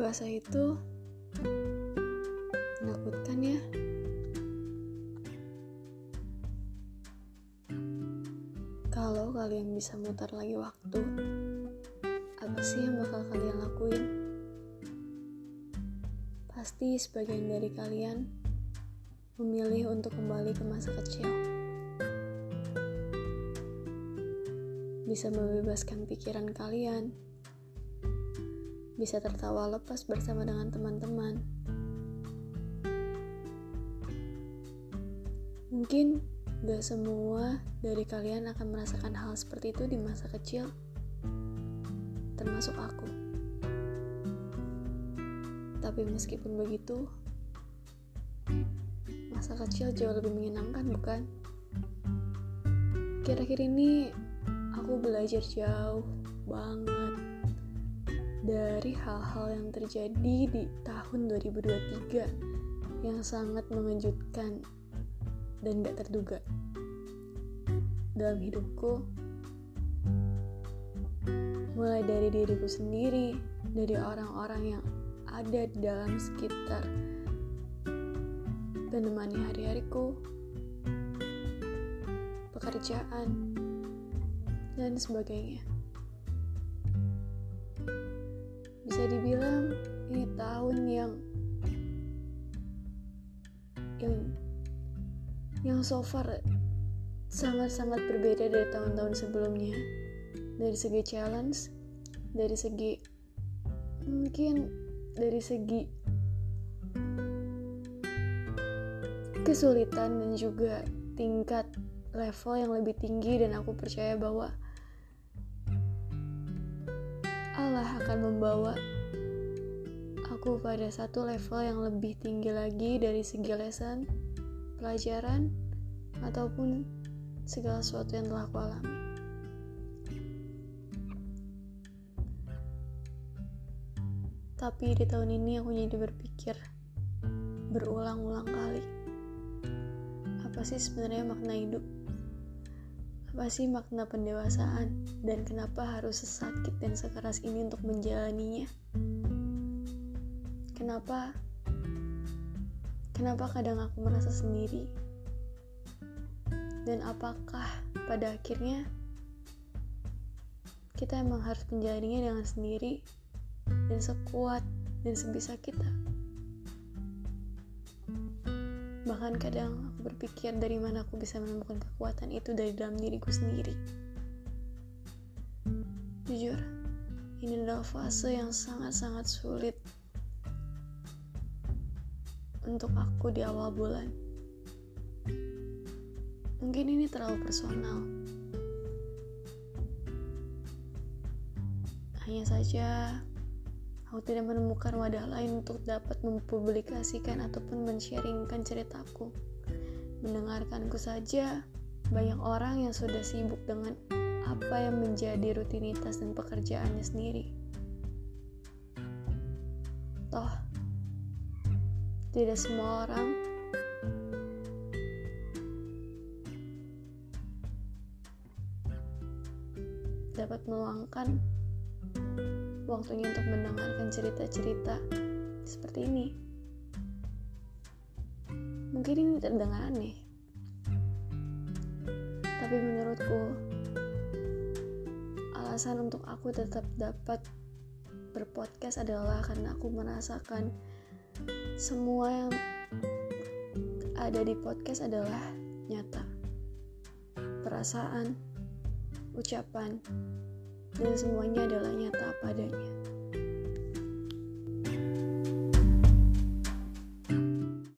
Dewasa itu menakutkan ya. Kalau kalian bisa mutar lagi waktu, apa sih yang bakal kalian lakuin? Pasti sebagian dari kalian memilih untuk kembali ke masa kecil. Bisa membebaskan pikiran kalian, bisa tertawa lepas bersama dengan teman-teman. Mungkin gak semua dari kalian akan merasakan hal seperti itu di masa kecil, termasuk aku. Tapi meskipun begitu, masa kecil jauh lebih menyenangkan, bukan? Kira-kira ini aku belajar jauh banget dari hal-hal yang terjadi di tahun 2023 yang sangat mengejutkan dan gak terduga dalam hidupku, mulai dari diriku sendiri, dari orang-orang yang ada di dalam sekitar menemani hari-hariku, pekerjaan, dan sebagainya. Bisa dibilang ini tahun yang so far sangat-sangat berbeda dari tahun-tahun sebelumnya. Dari segi challenge, dari segi kesulitan, dan juga tingkat level yang lebih tinggi. Dan aku percaya bahwa Allah akan membawa aku pada satu level yang lebih tinggi lagi dari segi lesson, pelajaran, ataupun segala sesuatu yang telah aku alami. Tapi di tahun ini aku jadi berpikir berulang-ulang kali, apa sih sebenarnya makna hidup? Apa sih makna pendewasaan? Dan kenapa harus sesakit dan sekeras ini untuk menjalaninya? Kenapa kadang aku merasa sendiri? Dan apakah pada akhirnya kita emang harus menjalaninya dengan sendiri dan sekuat dan sebisa kita? Bahkan kadang aku berpikir, dari mana aku bisa menemukan kekuatan itu dari dalam diriku sendiri. Jujur, ini adalah fase yang sangat-sangat sulit untuk aku di awal bulan. Mungkin ini terlalu personal. Hanya saja aku tidak menemukan wadah lain untuk dapat mempublikasikan ataupun men-sharingkan ceritaku. Mendengarkanku saja banyak orang yang sudah sibuk dengan apa yang menjadi rutinitas dan pekerjaannya sendiri. Toh, tidak semua orang dapat meluangkan waktunya untuk mendengarkan cerita-cerita seperti ini. Mungkin ini terdengar aneh, tapi menurutku alasan untuk aku tetap dapat berpodcast adalah karena aku merasakan semua yang ada di podcast adalah nyata. Perasaan, ucapan, dan semuanya adalah nyata apa adanya.